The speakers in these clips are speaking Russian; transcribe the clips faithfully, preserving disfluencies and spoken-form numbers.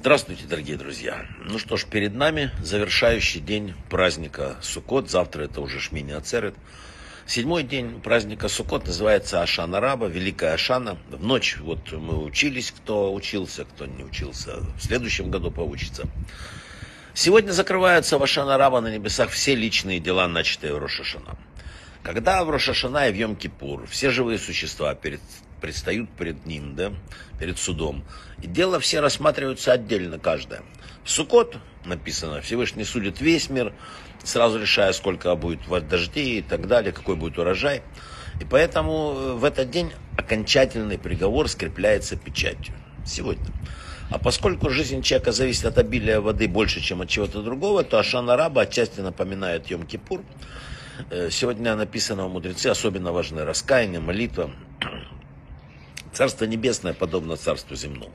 Здравствуйте, дорогие друзья. Ну что ж, перед нами завершающий день праздника Суккот. Завтра это уже Шмини Ацерет. Седьмой день праздника Суккот называется Ашана Раба, Великая Ашана. В ночь вот мы учились, кто учился, кто не учился, в следующем году поучится. Сегодня закрываются в Ашана Раба на небесах все личные дела, начатые в Рош ха-Шана. Когда в Рош ха-Шана и в Йом-Кипур все живые существа перед, предстают перед ним, да, перед судом, и дело все рассматриваются отдельно, каждое. В Суккот написано, Всевышний судит весь мир, сразу решая, сколько будет дождей и так далее, какой будет урожай. И поэтому в этот день окончательный приговор скрепляется печатью. Сегодня. А поскольку жизнь человека зависит от обилия воды больше, чем от чего-то другого, то Ашана Раба отчасти напоминает Йом-Кипур. Сегодня написано у мудрецов, особенно важны раскаяние, молитва. Царство небесное подобно царству земному.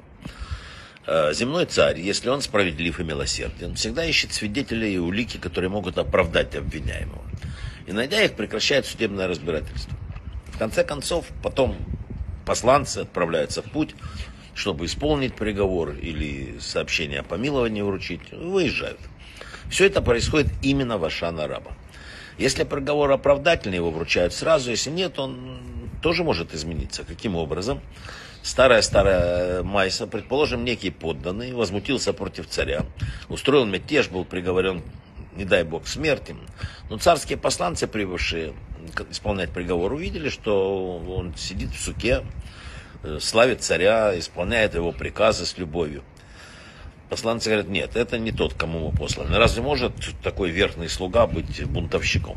Земной царь, если он справедлив и милосерден, всегда ищет свидетелей и улики, которые могут оправдать обвиняемого. И найдя их, прекращает судебное разбирательство. В конце концов, потом посланцы отправляются в путь, чтобы исполнить приговор или сообщение о помиловании вручить, выезжают. Все это происходит именно в Ашана Раба. Если приговор оправдательный, его вручают сразу, если нет, он тоже может измениться. Каким образом? Старая-старая Майса, предположим, некий подданный, возмутился против царя, устроил мятеж, был приговорен, не дай бог, к смерти. Но царские посланцы, прибывшие исполнять приговор, увидели, что он сидит в суке, славит царя, исполняет его приказы с любовью. Посланцы говорят, нет, это не тот, кому мы посланы. Разве может такой верхний слуга быть бунтовщиком?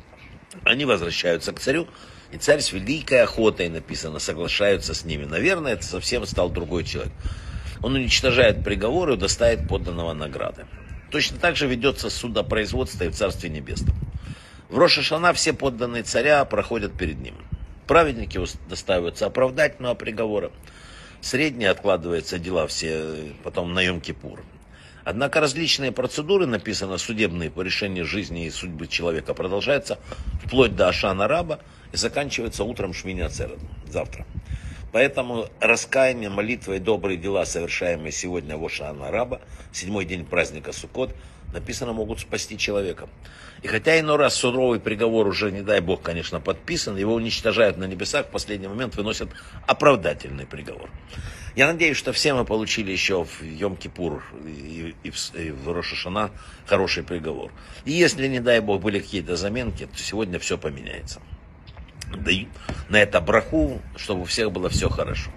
Они возвращаются к царю, и царь с великой охотой, написано, соглашаются с ними. Наверное, это совсем стал другой человек. Он уничтожает приговор и удостаивает подданного награды. Точно так же ведется судопроизводство и в Царстве Небесном. В Рош ха-Шана все подданные царя проходят перед ним. Праведники удостаиваются оправдательного приговора. Средние откладываются дела все потом на Йом-Кипур. Однако различные процедуры, написано, судебные по решению жизни и судьбы человека, продолжаются вплоть до Ашана Раба и заканчиваются утром Шмини Ацерет, завтра. Поэтому раскаяние, молитва и добрые дела, совершаемые сегодня в Ашана Раба, седьмой день праздника Суккот, написано, могут спасти человека. И хотя иной раз суровый приговор уже, не дай бог, конечно, подписан, его уничтожают на небесах, в последний момент выносят оправдательный приговор. Я надеюсь, что все мы получили еще в Йом-Кипур и, и, в, и в Рош ха-Шана хороший приговор. И если, не дай бог, были какие-то заменки, то сегодня все поменяется. Даю на это браху, чтобы у всех было все хорошо.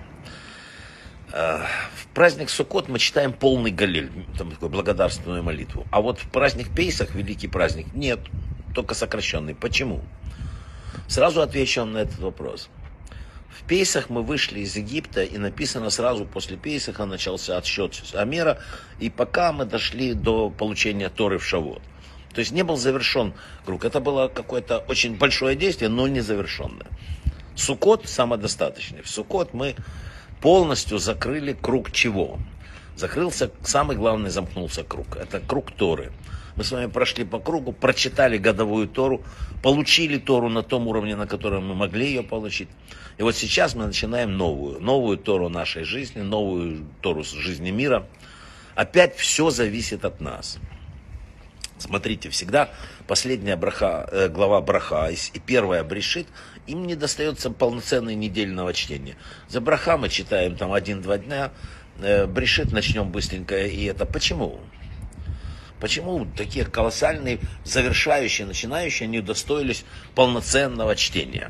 В праздник Суккот мы читаем полный галель, там такую благодарственную молитву. А вот в праздник Пейсах, великий праздник, нет, только сокращенный. Почему? Сразу отвечу вам на этот вопрос. В Пейсах мы вышли из Египта, и написано, сразу после Пейсаха начался отсчет Амера, и пока мы дошли до получения Торы в Шавуот. То есть не был завершен круг. Это было какое-то очень большое действие, но не завершенное. Суккот самодостаточный. В Суккот мы полностью закрыли круг чего? Закрылся, самый главный замкнулся круг. Это круг Торы. Мы с вами прошли по кругу, прочитали годовую Тору, получили Тору на том уровне, на котором мы могли ее получить. И вот сейчас мы начинаем новую, новую Тору нашей жизни, новую Тору жизни мира. Опять все зависит от нас. Смотрите, всегда последняя браха, глава браха и первая брешит, им не достается полноценной недельного чтения. За браха мы читаем там один-два дня, брешит начнем быстренько, и это почему? Почему такие колоссальные, завершающие, начинающие, не удостоились полноценного чтения?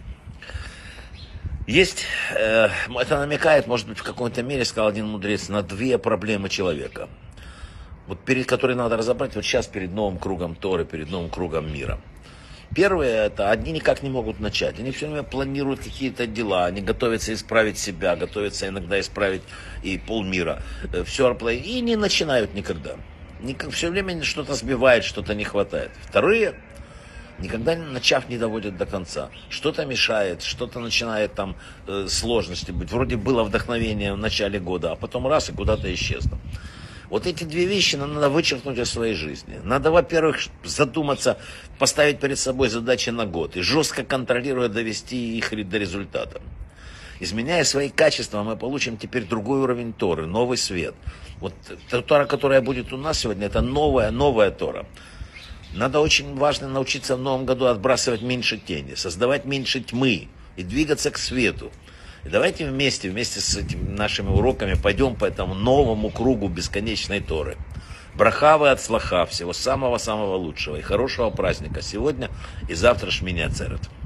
Есть, э, это намекает, может быть, в какой-то мере, сказал один мудрец, на две проблемы человека. Вот перед которой надо разобрать вот сейчас перед новым кругом Торы, перед новым кругом мира. Первое, это одни никак не могут начать. Они все время планируют какие-то дела, они готовятся исправить себя, готовятся иногда исправить и полмира. Все, и не начинают никогда. Все время что-то сбивает, что-то не хватает. Вторые, никогда начав не доводят до конца. Что-то мешает, что-то начинает там э, сложности быть. Вроде было вдохновение в начале года, а потом раз и куда-то исчезло. Вот эти две вещи надо вычеркнуть из своей жизни. Надо, во-первых, задуматься, поставить перед собой задачи на год и жестко контролируя довести их до результата. Изменяя свои качества, мы получим теперь другой уровень Торы, новый свет. Вот та Тора, которая будет у нас сегодня, это новая, новая Тора. Надо очень важно научиться в новом году отбрасывать меньше тени, создавать меньше тьмы и двигаться к свету. И давайте вместе, вместе с этими нашими уроками пойдем по этому новому кругу бесконечной Торы. Брахавы от слаха, всего самого-самого лучшего и хорошего праздника сегодня и завтра Шмини Ацерет.